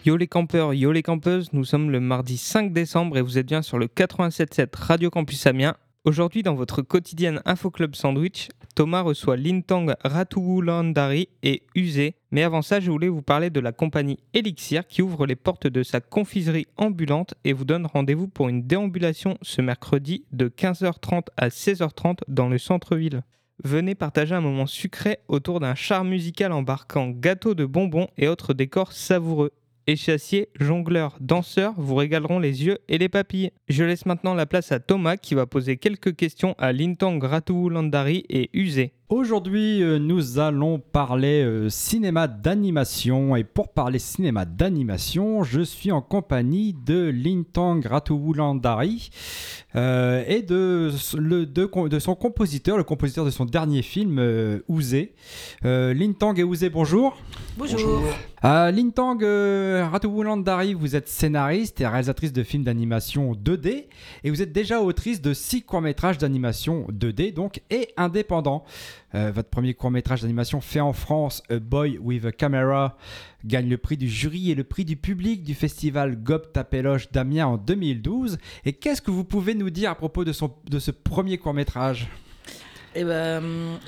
Yo les campeurs, yo les campeuses, nous sommes le mardi 5 décembre et vous êtes bien sur le 87.7 Radio Campus Amiens. Aujourd'hui, dans votre quotidienne Info Club Sandwich, Thomas reçoit Lintang Ratuwulandari et Uzé. Mais avant ça, je voulais vous parler de la compagnie Elixir qui ouvre les portes de sa confiserie ambulante et vous donne rendez-vous pour une déambulation ce mercredi de 15h30 à 16h30 dans le centre-ville. Venez partager un moment sucré autour d'un char musical embarquant gâteaux de bonbons et autres décors savoureux. Échassiers, jongleurs, danseurs vous régaleront les yeux et les papilles. Je laisse maintenant la place à Thomas qui va poser quelques questions à Lintang Ratuwulandari et Uzé. Aujourd'hui, nous allons parler cinéma d'animation. Et pour parler cinéma d'animation, je suis en compagnie de Lintang Ratuwulandari et de son compositeur, le compositeur de son dernier film, Uzé. Lintang et Uzé, bonjour. Bonjour. Lintang Ratuwulandari, vous êtes scénariste et réalisatrice de films d'animation 2D et vous êtes déjà autrice de 6 courts-métrages d'animation 2D donc, et indépendants. Votre premier court-métrage d'animation fait en France, A Boy with a Camera, gagne le prix du jury et le prix du public du festival Gob Tapeloche d'Amiens en 2012. Et qu'est-ce que vous pouvez nous dire à propos de ce premier court-métrage ? Eh ben,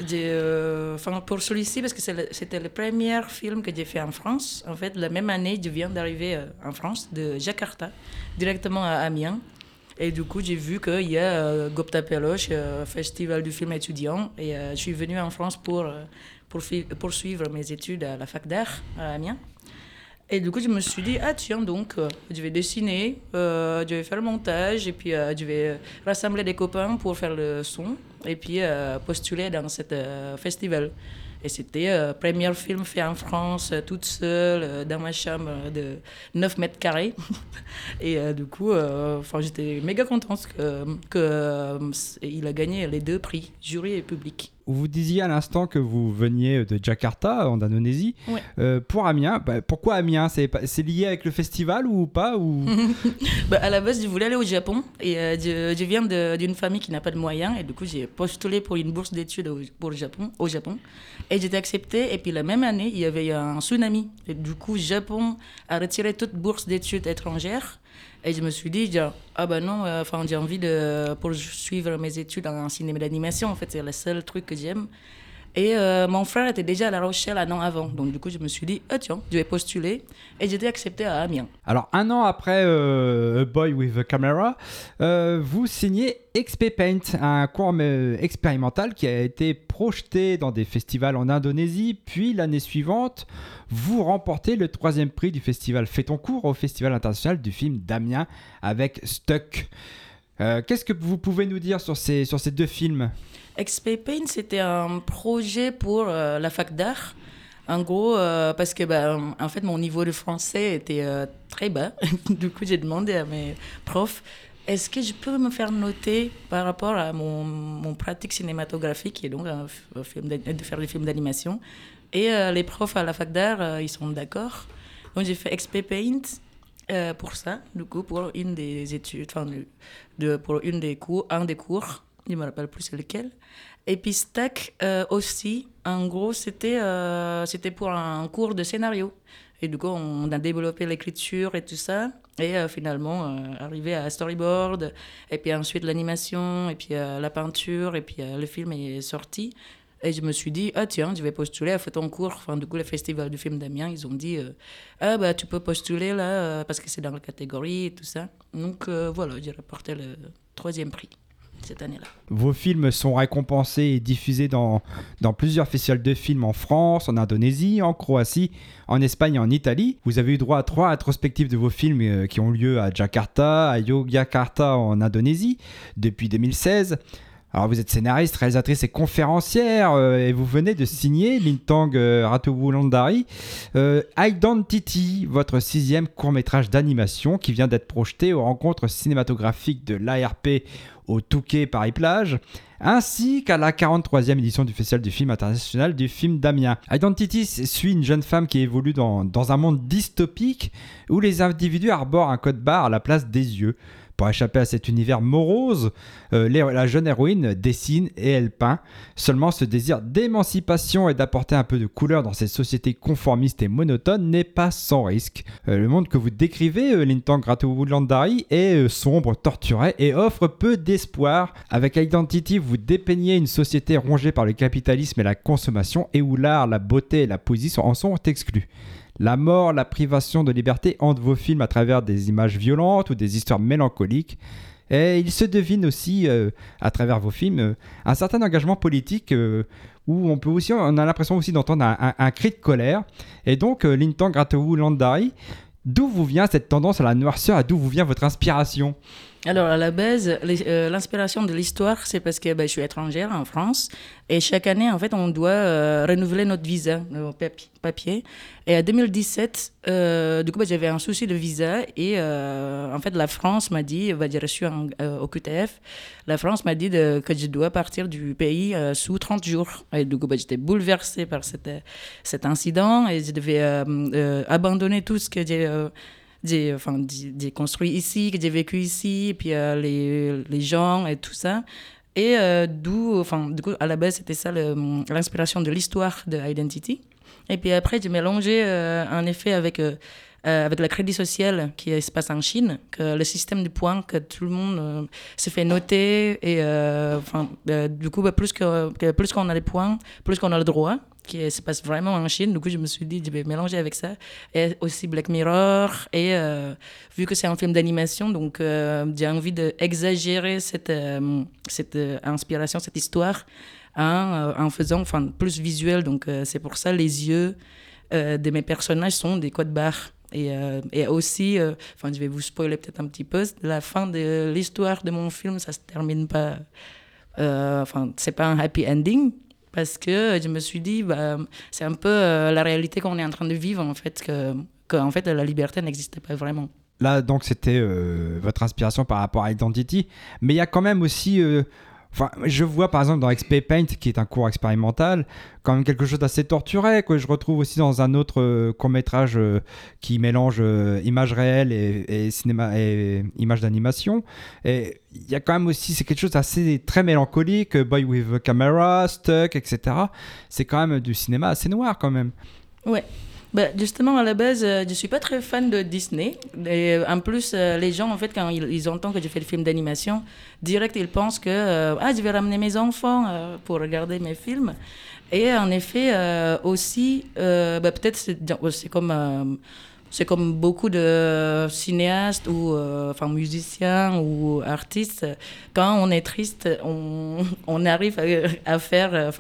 pour celui-ci, parce que c'était le premier film que j'ai fait en France. En fait, la même année, je viens d'arriver en France, de Jakarta, directement à Amiens. Et du coup, j'ai vu qu'il y a Gob Tapeloche, festival du film étudiant. Et je suis venu en France pour poursuivre mes études à la fac d'art à Amiens. Et du coup, je me suis dit, tiens, donc, je vais dessiner, je vais faire le montage, et puis je vais rassembler des copains pour faire le son, et puis postuler dans ce festival. Et c'était le premier film fait en France, toute seule, dans ma chambre de 9 mètres carrés. Et du coup, j'étais méga contente qu'il a gagné les 2 prix, jury et public. Vous disiez à l'instant que vous veniez de Jakarta, en Indonésie. Ouais. Pour Amiens, pourquoi Amiens ? C'est lié avec le festival ou pas ou... À la base, je voulais aller au Japon. Et je viens d'une famille qui n'a pas de moyens. Et du coup, j'ai postulé pour une bourse d'études au Japon. Et j'étais acceptée. Et puis la même année, il y avait un tsunami. Et du coup, le Japon a retiré toute bourse d'études étrangères. Et je me suis dit, j'ai envie de poursuivre mes études en cinéma d'animation. En fait, c'est le seul truc que j'aime. Et mon frère était déjà à La Rochelle un an avant. Donc, du coup, je me suis dit, tiens, je vais postuler. Et j'étais accepté à Amiens. Alors, un an après A Boy with a Camera, vous signez XP Paint, un court expérimental qui a été projeté dans des festivals en Indonésie. Puis, l'année suivante, vous remportez le 3e prix du festival Fais ton cours au Festival international du film d'Amiens avec Stuck. Qu'est-ce que vous pouvez nous dire sur ces 2 films ? XP Paint, c'était un projet pour la fac d'art. En gros, parce que en fait, mon niveau de français était très bas. Du coup, j'ai demandé à mes profs, est-ce que je peux me faire noter par rapport à mon pratique cinématographique et donc de faire des films d'animation. Et les profs à la fac d'art, ils sont d'accord. Donc, j'ai fait XP Paint pour ça, du coup, pour une des études, pour un des cours. Je ne me rappelle plus c'est lequel. Et puis Stack aussi, en gros, c'était pour un cours de scénario. Et du coup, on a développé l'écriture et tout ça. Et finalement, arrivé à storyboard, et puis ensuite l'animation, et puis la peinture, et puis le film est sorti. Et je me suis dit, tiens, je vais postuler à Fais ton cours. Enfin, du coup, le festival du film d'Amiens, ils ont dit, tu peux postuler là, parce que c'est dans la catégorie et tout ça. Donc voilà, j'ai remporté le 3e prix cette année-là. Vos films sont récompensés et diffusés dans plusieurs festivals de films en France, en Indonésie, en Croatie, en Espagne et en Italie. Vous avez eu droit à 3 rétrospectives de vos films qui ont lieu à Jakarta, à Yogyakarta en Indonésie depuis 2016. Alors vous êtes scénariste, réalisatrice et conférencière et vous venez de signer Lintang Ratuwulandari Identity, votre 6e court-métrage d'animation qui vient d'être projeté aux rencontres cinématographiques de l'ARP au Touquet Paris-Plage, ainsi qu'à la 43e édition du Festival du film international du film d'Amiens. Identity suit une jeune femme qui évolue dans un monde dystopique où les individus arborent un code barre à la place des yeux. Pour échapper à cet univers morose, la jeune héroïne dessine et elle peint. Seulement, ce désir d'émancipation et d'apporter un peu de couleur dans cette société conformiste et monotone n'est pas sans risque. Le monde que vous décrivez, Lintang Rathuvulandari, est sombre, torturé et offre peu d'espoir. Avec Identity, vous dépeignez une société rongée par le capitalisme et la consommation et où l'art, la beauté et la poésie en sont exclus. La mort, la privation de liberté hantent vos films à travers des images violentes ou des histoires mélancoliques. Et il se devine aussi, à travers vos films, un certain engagement politique où on a l'impression aussi d'entendre un cri de colère. Et donc, Lintang Rathuvulandari, d'où vous vient cette tendance à la noirceur et d'où vous vient votre inspiration ? Alors, à la base, l'inspiration de l'histoire, c'est parce que je suis étrangère en France. Et chaque année, en fait, on doit renouveler notre visa, nos papiers. Et en 2017, du coup, j'avais un souci de visa. Et en fait, la France m'a dit, j'ai reçu au QTF, la France m'a dit que je dois partir du pays sous 30 jours. Et du coup, j'étais bouleversée par cet incident. Et je devais abandonner tout ce que j'ai construit ici, que j'ai vécu ici, et puis les gens et tout ça. Et du coup, à la base, c'était ça l'inspiration de l'histoire de Identity. Et puis après, j'ai mélangé en effet avec la crédit social qui se passe en Chine, que le système de points, que tout le monde se fait noter. Et du coup, plus qu'on a les points, plus qu'on a le droit, qui se passe vraiment en Chine. Du coup, je me suis dit, je vais mélanger avec ça. Et aussi Black Mirror. Et vu que c'est un film d'animation, donc j'ai envie d'exagérer cette inspiration, cette histoire, en faisant plus visuel. Donc, c'est pour ça les yeux de mes personnages sont des codes barres. Et aussi, je vais vous spoiler peut-être un petit peu, la fin de l'histoire de mon film, ça se termine pas... c'est pas un happy ending, parce que je me suis dit, c'est un peu la réalité qu'on est en train de vivre, en fait, que en fait, la liberté n'existait pas vraiment. Là, donc, c'était votre inspiration par rapport à Identity. Mais il y a quand même aussi... je vois par exemple dans XP Paint, qui est un cours expérimental, quand même quelque chose d'assez torturé, que je retrouve aussi dans un autre court-métrage qui mélange images réelles et cinéma et images d'animation. Et il y a quand même aussi, c'est quelque chose d'assez très mélancolique, Boy with a Camera, Stuck, etc. C'est quand même du cinéma assez noir quand même. Ouais. Justement, à la base, je ne suis pas très fan de Disney. Et en plus, les gens, en fait, quand ils entendent que je fais le film d'animation, direct, ils pensent que je vais ramener mes enfants pour regarder mes films. Et en effet, aussi, peut-être c'est comme beaucoup de cinéastes ou musiciens ou artistes, quand on est triste, on arrive à faire...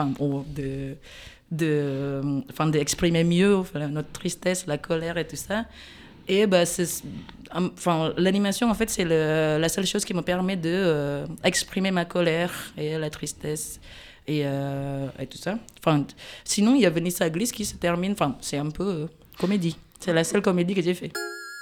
d'exprimer mieux notre tristesse, la colère et tout ça. Et l'animation, en fait, c'est la seule chose qui me permet de exprimer ma colère et la tristesse et tout ça. Sinon, il y a Vanessa Gliss qui se termine... c'est un peu comédie. C'est la seule comédie que j'ai fait.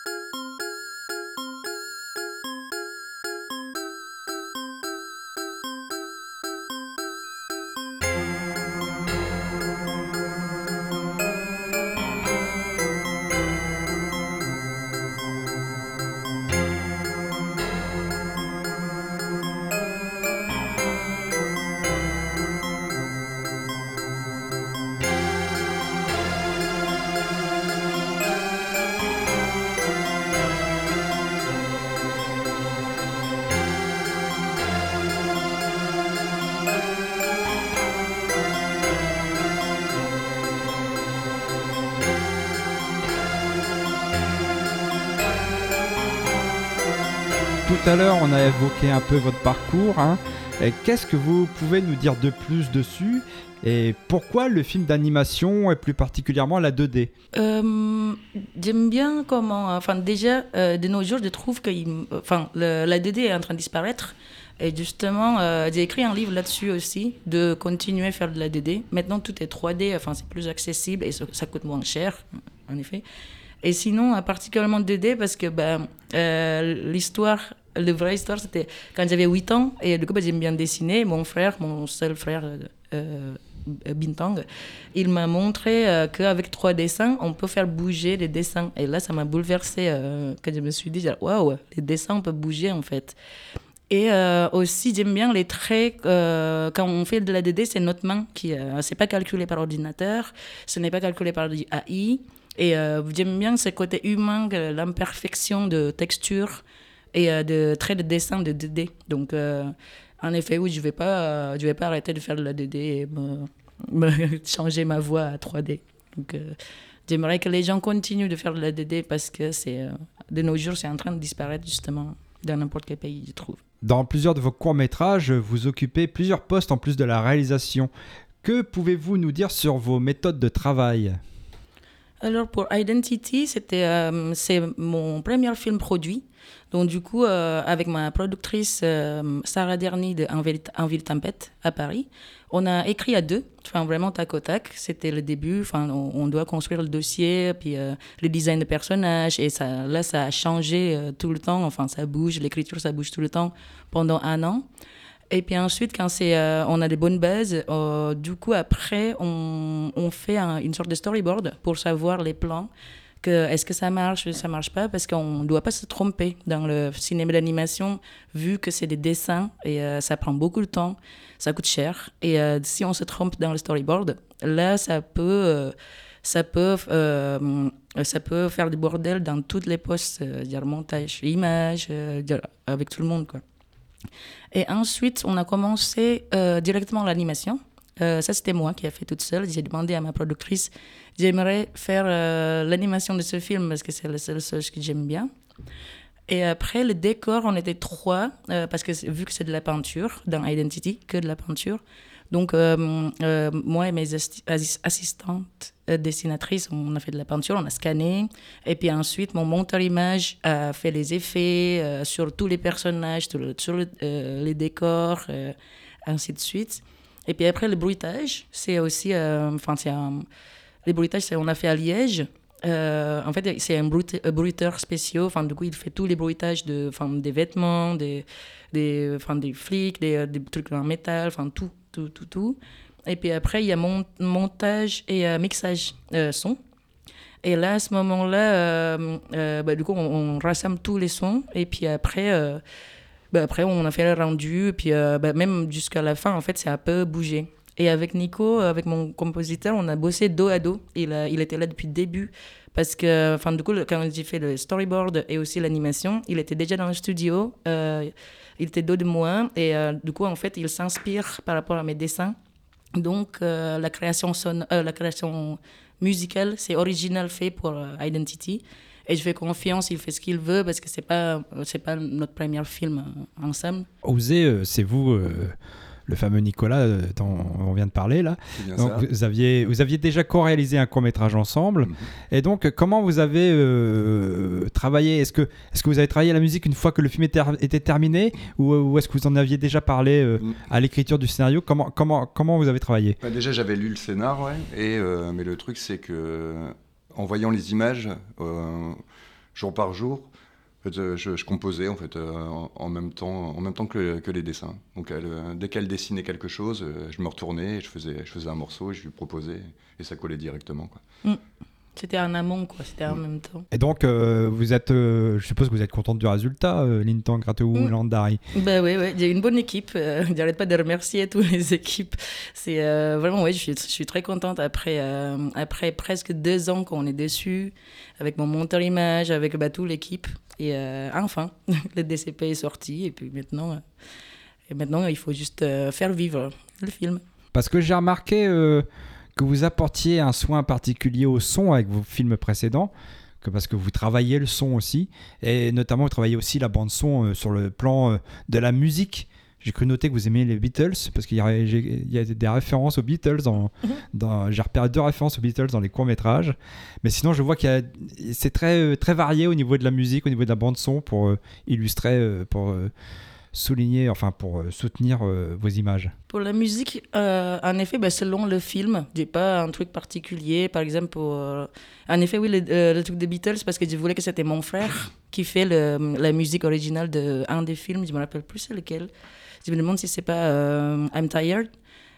Tout à l'heure, on a évoqué un peu votre parcours. Et qu'est-ce que vous pouvez nous dire de plus dessus ? Et pourquoi le film d'animation et plus particulièrement la 2D ? J'aime bien comment... déjà, de nos jours, je trouve que la 2D est en train de disparaître. Et justement, j'ai écrit un livre là-dessus aussi, de continuer à faire de la 2D. Maintenant, tout est 3D, c'est plus accessible et ça coûte moins cher, en effet. Et sinon, particulièrement 2D, parce que la vraie histoire, c'était quand j'avais 8 ans. Et du coup, j'aime bien dessiner. Mon seul frère Bintang, il m'a montré qu'avec 3 dessins, on peut faire bouger les dessins. Et là, ça m'a bouleversée quand je me suis dit, waouh, les dessins, on peut bouger en fait. Et aussi, j'aime bien les traits. Quand on fait de la 2D, c'est notre main qui. C'est pas calculé par ordinateur, ce n'est pas calculé par l'AI. Et j'aime bien ce côté humain, l'imperfection de texture et de traits de dessin de 2D. Donc, en effet, oui, je vais pas arrêter de faire de la 2D et me changer ma voix à 3D. Donc, j'aimerais que les gens continuent de faire de la 2D parce que de nos jours, c'est en train de disparaître justement dans n'importe quel pays, je trouve. Dans plusieurs de vos courts-métrages, vous occupez plusieurs postes en plus de la réalisation. Que pouvez-vous nous dire sur vos méthodes de travail ? Alors pour Identity, c'est mon premier film produit. Donc du coup, avec ma productrice Sarah Derny de En Ville Tempête à Paris, on a écrit à 2, enfin vraiment tac au tac. C'était le début, enfin on doit construire le dossier, puis le design de personnages, et ça a changé tout le temps. Enfin ça bouge, l'écriture ça bouge tout le temps pendant 1 an. Et puis ensuite, quand on a des bonnes bases, du coup, après, on fait une sorte de storyboard pour savoir les plans. Est-ce que ça marche pas, parce qu'on ne doit pas se tromper dans le cinéma d'animation, vu que c'est des dessins et ça prend beaucoup de temps, ça coûte cher. Et si on se trompe dans le storyboard, là, ça peut faire du bordel dans toutes les postes, dire montage, image, avec tout le monde, quoi. Et ensuite, on a commencé directement l'animation. Ça, c'était moi qui ai fait toute seule. J'ai demandé à ma productrice, j'aimerais faire l'animation de ce film parce que c'est la seule chose que j'aime bien. Et après, le décor, on était 3, parce que vu que c'est de la peinture, dans Identity, que de la peinture. Donc, moi et mes assistantes dessinatrices, on a fait de la peinture, on a scanné. Et puis ensuite, mon monteur image a fait les effets sur tous les personnages, sur les décors, ainsi de suite. Et puis après, le bruitage, c'est aussi... les bruitages, on a fait à Liège. En fait, c'est un bruiteur spécial. Enfin, du coup, il fait tous les bruitages des vêtements, des flics, des trucs en métal, enfin, tout. Et puis après, il y a montage et mixage son. Et là, à ce moment-là, du coup, on rassemble tous les sons. Et puis après, on a fait le rendu. Et puis même jusqu'à la fin, en fait, ça a un peu bougé. Et avec Nico, avec mon compositeur, on a bossé dos à dos. Il était là depuis le début. Parce que, du coup, quand j'ai fait le storyboard et aussi l'animation, il était déjà dans le studio. Il était dos de moi. Et du coup, en fait, il s'inspire par rapport à mes dessins. Donc, la création musicale, c'est original fait pour Identity. Et je fais confiance, il fait ce qu'il veut parce que c'est pas notre premier film ensemble. Osez, c'est vous... le fameux Nicolas dont on vient de parler là. Donc, vous aviez déjà co-réalisé un court-métrage ensemble. Et donc, comment vous avez travaillé ? Est-ce que vous avez travaillé la musique une fois que le film était terminé, ou est-ce que vous en aviez déjà parlé à l'écriture du scénario ? Comment vous avez travaillé ? Déjà, j'avais lu le scénar, ouais. Mais le truc, c'est que en voyant les images jour par jour, en fait, je composais en fait en même temps que les dessins. Donc dès qu'elle dessinait quelque chose, je me retournais et je faisais un morceau et je lui proposais et ça collait directement, quoi. C'était en amont, quoi. C'était en même temps. Et donc vous êtes, je suppose que vous êtes contente du résultat, Lintang Ratohu-Landari. Bah oui, j'ai une bonne équipe. J'arrête pas de remercier toutes les équipes. C'est vraiment, je suis très contente après presque 2 ans qu'on est dessus, avec mon monteur image, avec toute l'équipe. Et enfin, le DCP est sorti. Et puis maintenant, il faut juste faire vivre le film. Parce que j'ai remarqué que vous apportiez un soin particulier au son avec vos films précédents, parce que vous travaillez le son aussi, et notamment vous travaillez aussi la bande son sur le plan de la musique. J'ai cru noter que vous aimiez les Beatles, parce qu'il y a des références aux Beatles. J'ai repéré 2 références aux Beatles dans les courts-métrages. Mais sinon, je vois c'est très, très varié au niveau de la musique, au niveau de la bande-son, pour illustrer, pour souligner, pour soutenir vos images. Pour la musique, en effet, selon le film, j'ai pas un truc particulier. Par exemple, en effet, oui, le truc des Beatles, parce que je voulais que c'était mon frère qui fait la musique originale d'un des films. Je me rappelle plus c'est lequel. Je me demande si c'est pas I'm Tired.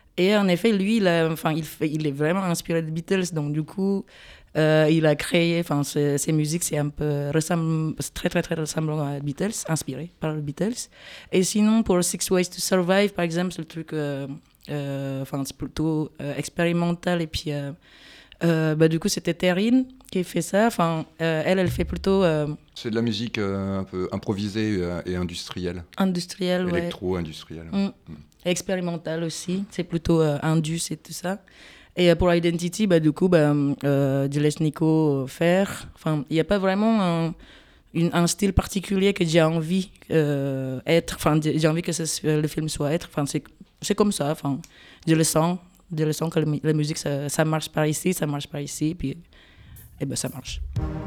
Et en effet, lui, il est vraiment inspiré des Beatles. Donc, du coup, il a créé, ses musiques, c'est très, très, très ressemblant à Beatles, inspiré par les Beatles. Et sinon, pour Six Ways to Survive, par exemple, c'est le truc, c'est plutôt expérimental. Et puis, du coup, c'était Terrine qui fait ça. Elle fait plutôt... C'est de la musique un peu improvisée et industrielle. Industrielle, ouais. Électro-industrielle. Expérimental aussi. C'est plutôt indus et tout ça. Et pour Identity, du coup, Nico faire. Il n'y a pas vraiment un style particulier que j'ai envie être. J'ai envie que le film soit être. C'est comme ça. Je le sens que la musique, ça marche par ici, ça marche par ici, puis ça marche.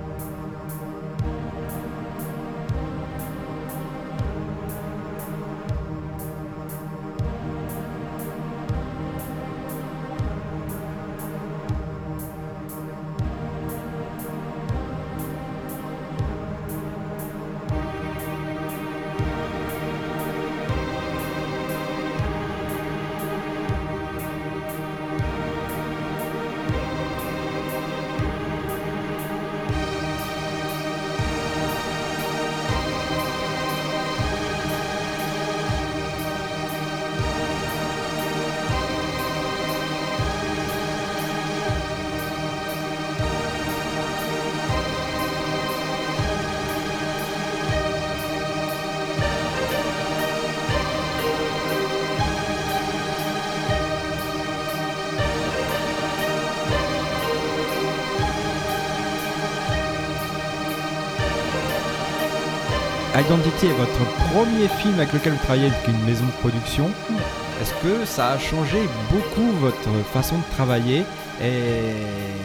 Identity est votre premier film avec lequel vous travaillez avec une maison de production. Est-ce que ça a changé beaucoup votre façon de travailler et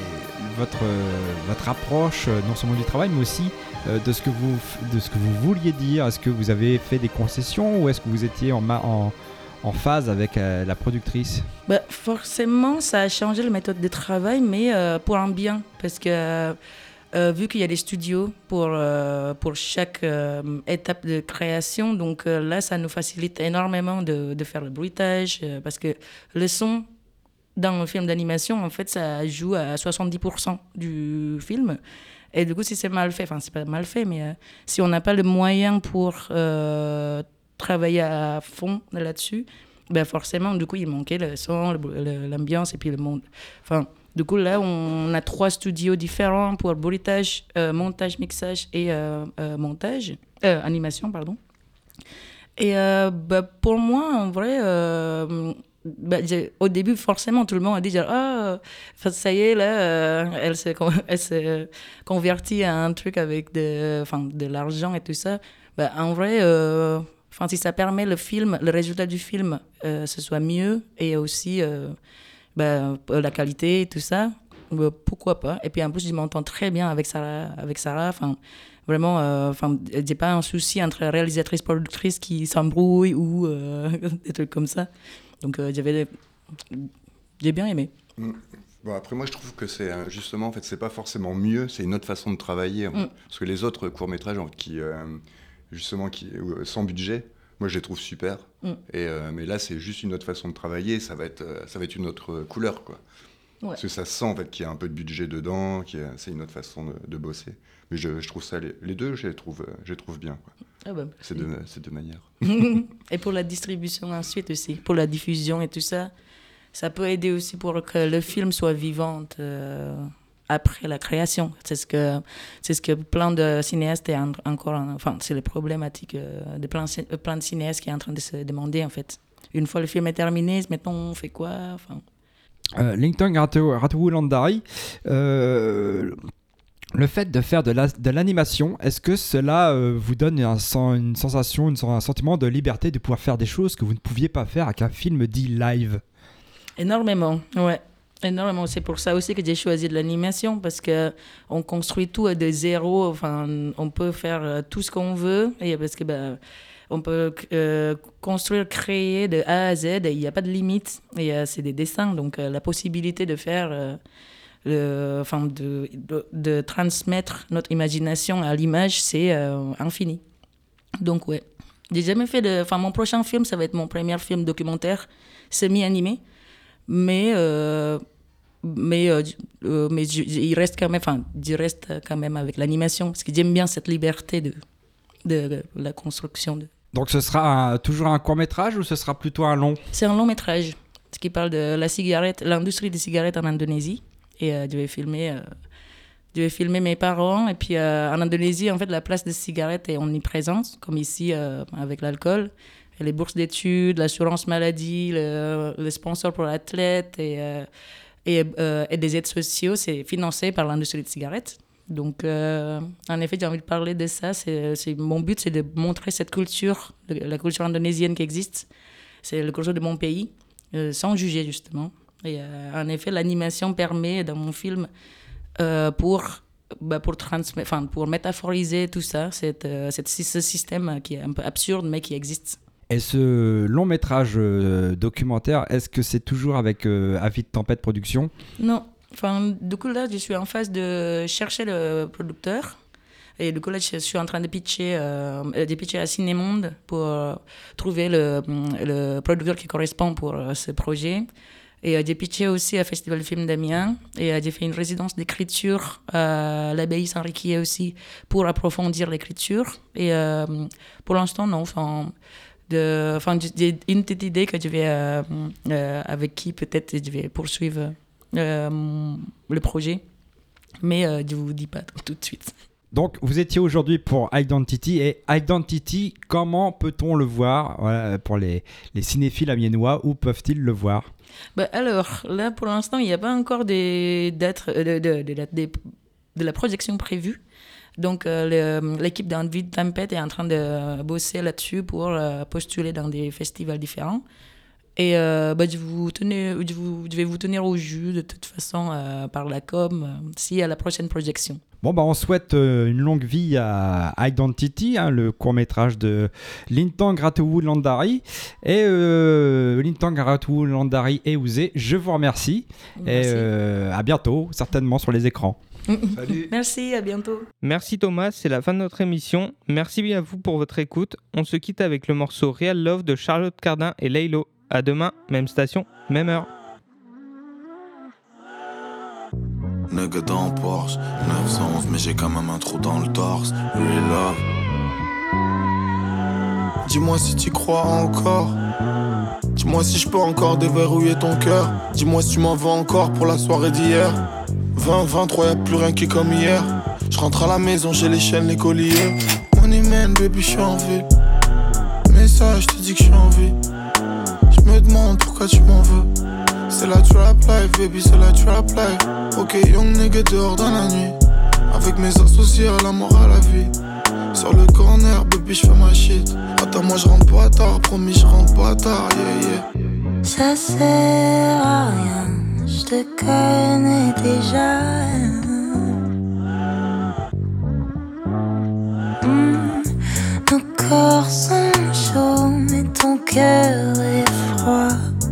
votre approche non seulement du travail mais aussi de ce que vous vouliez dire? Est-ce que vous avez fait des concessions ou est-ce que vous étiez en phase avec la productrice? Forcément, ça a changé la méthode de travail, mais pour un bien, parce que vu qu'il y a des studios pour chaque étape de création, donc là, ça nous facilite énormément de faire le bruitage, parce que le son dans un film d'animation, en fait, ça joue à 70% du film. Et du coup, si c'est mal fait, c'est pas mal fait, mais si on n'a pas le moyen pour travailler à fond là-dessus, forcément, du coup, il manquait le son, l'ambiance et puis le monde. Du coup, là, on a 3 studios différents pour bruitage, montage, mixage et animation, pardon. Et pour moi, en vrai, au début, forcément, tout le monde a dit ça y est, là, elle s'est convertie à un truc avec de l'argent et tout ça. En vrai, si ça permet le résultat du film, ce soit mieux et aussi la qualité et tout ça, pourquoi pas. Et puis en plus, je m'entends très bien avec Sarah. Vraiment, j'ai pas un souci entre réalisatrice et productrice qui s'embrouille ou des trucs comme ça. Donc j'ai bien aimé. Après, moi, je trouve que c'est justement, en fait, c'est pas forcément mieux, c'est une autre façon de travailler. Parce que les autres courts-métrages qui sans budget, moi, je les trouve super. Mais là, c'est juste une autre façon de travailler. Ça va être une autre couleur, quoi. Ouais. Parce que ça sent, en fait, qu'il y a un peu de budget dedans, c'est une autre façon de bosser. Mais je trouve ça, les deux, je les trouve bien, quoi. C'est deux manières. Et pour la distribution ensuite aussi, pour la diffusion et tout ça, ça peut aider aussi pour que le film soit vivant après la création. C'est ce que plein de cinéastes c'est les problématiques de plein de cinéastes qui sont en train de se demander, en fait. Une fois le film est terminé, maintenant on fait quoi? Linton Ratuwulandari, le fait de faire de l'animation, est-ce que cela vous donne une sensation, un sentiment de liberté de pouvoir faire des choses que vous ne pouviez pas faire avec un film dit live? Énormément, ouais. Énormément. C'est pour ça aussi que j'ai choisi de l'animation, parce qu'on construit tout de zéro. On peut faire tout ce qu'on veut, et parce que on peut construire, créer de A à Z, et il n'y a pas de limite. Et c'est des dessins, donc la possibilité de faire... de transmettre notre imagination à l'image, c'est infini. Donc ouais, j'ai jamais fait mon prochain film, ça va être mon premier film documentaire semi-animé. mais il reste quand même, enfin, je reste quand même avec l'animation, parce que j'aime bien cette liberté de la construction. Donc ce sera toujours un court-métrage ou ce sera plutôt un long ? C'est un long métrage, ce qui parle de la cigarette, l'industrie des cigarettes en Indonésie. Et je vais filmer mes parents. Et puis en Indonésie, en fait, la place des cigarettes est omniprésente, comme ici avec l'alcool. Et les bourses d'études, l'assurance maladie, les sponsors pour l'athlète et des aides sociaux, c'est financé par l'industrie des cigarettes. Donc, en effet, j'ai envie de parler de ça. Mon but, c'est de montrer cette culture, la culture indonésienne qui existe. C'est la culture de mon pays, sans juger, justement. Et en effet, l'animation permet, dans mon film, pour métaphoriser tout ça, ce système qui est un peu absurde, mais qui existe. Et ce long métrage documentaire, est-ce que c'est toujours avec Avis de Tempête Productions ? Non. Enfin, du coup, là, je suis en phase de chercher le producteur. Et du coup, là, je suis en train de pitcher à Cinémonde pour trouver le producteur qui correspond pour ce projet. Et j'ai pitché aussi à Festival Film d'Amiens. Et j'ai fait une résidence d'écriture à l'abbaye Saint-Riquier aussi pour approfondir l'écriture. Et pour l'instant, non. J'ai une petite idée que je vais, avec qui peut-être je vais poursuivre le projet. Mais je ne vous dis pas tout de suite. Donc, vous étiez aujourd'hui pour Identity. Et Identity, comment peut-on le voir ? Voilà, pour les cinéphiles amiénois, où peuvent-ils le voir ? Alors, là, pour l'instant, il n'y a pas encore des dates de la projection prévue. Donc, l'équipe d'Envie de Tempête est en train de bosser là-dessus pour postuler dans des festivals différents. Et je vais vous tenir au jus, de toute façon, par la com, si à la prochaine projection. Bon, on souhaite une longue vie à Identity, le court-métrage de Lintang Ratuwulandari. Et Lintang Ratuwulandari et Ouzé, je vous remercie. Merci. Et à bientôt, certainement sur les écrans. Salut. Merci, à bientôt. Merci Thomas, c'est la fin de notre émission. Merci à vous pour votre écoute. On se quitte avec le morceau Real Love de Charlotte Cardin et Laylo. À demain, même station, même heure. Nigga dans Porsche 911 mais j'ai quand même un trou dans le torse. Real love. Dis-moi si t'y crois encore. Dis-moi si je peux encore déverrouiller ton cœur. Dis-moi si tu m'en veux encore pour la soirée d'hier. 20-23 y'a plus rien qui est comme hier. Je rentre à la maison, j'ai les chaînes, les colliers. Money man baby j'suis en ville. Message, je te dis que j'suis en vie. Je me demande pourquoi tu m'en veux. C'est la trap life, baby, c'est la trap life. Ok, young nigga dehors dans la nuit. Avec mes associés à la mort à la vie. Sur le corner, baby, j'fais ma shit. Attends, moi j'rentre pas tard, promis, j'rentre pas tard, yeah, yeah. Ça sert à rien, j'te connais déjà. Nos corps sont chauds, mais ton cœur est froid.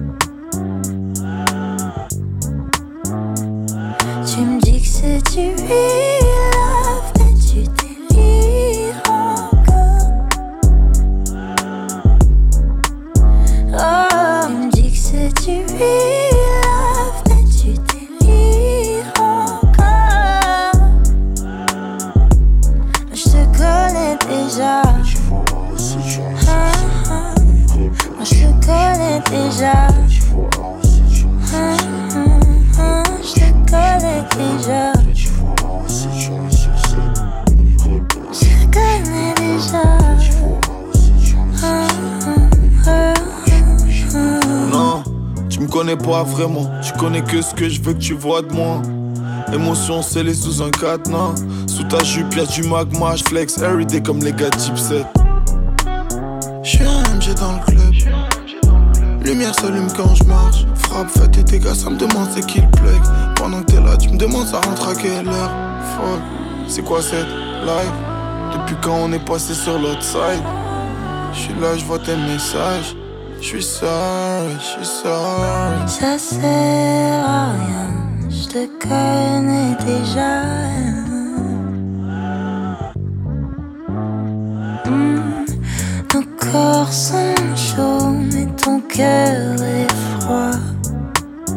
Tu me dis que c'est du real love, mais tu délires encore. Oh, tu me dis que c'est du real love, mais tu délires encore. Je te connais déjà. Moi je te connais déjà. Je te connais déjà. Je te connais déjà. Non, tu me connais pas vraiment. Tu connais que ce que je veux que tu vois de moi. Émotion scellée sous un cadenas. Sous ta jupe y'a du magma. J'flex everyday comme les gars type 7. J'suis un MG dans le club. Lumière s'allume quand je marche. Frappe, fête et dégâts, ça me demande c'est qui le plug. Pendant que t'es là, tu me demandes ça rentre à quelle heure. Fuck, c'est quoi cette life? Depuis quand on est passé sur l'autre side? J'suis là, j'vois tes messages. J'suis sorry. Ça sert à rien, j'te connais déjà. Nos corps sont chauds, mais ton cœur est froid.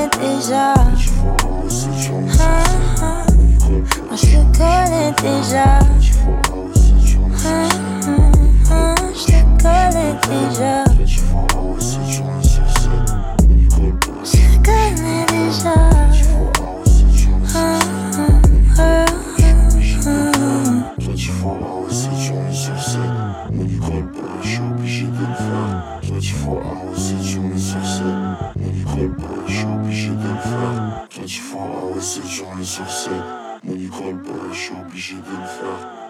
connais déjà. Moi je te connais déjà. Je te connais déjà. Je connais déjà. Toi tu feras aussi, tu en es sur scène. Ne lui colle pas, je suis obligé de le faire. Toi tu feras aussi, tu en es sur scène. Ne lui colle pas, je suis obligé de le faire. Toi tu feras aussi, tu en es sur scène. Ne lui colle pas, je suis obligé de le faire.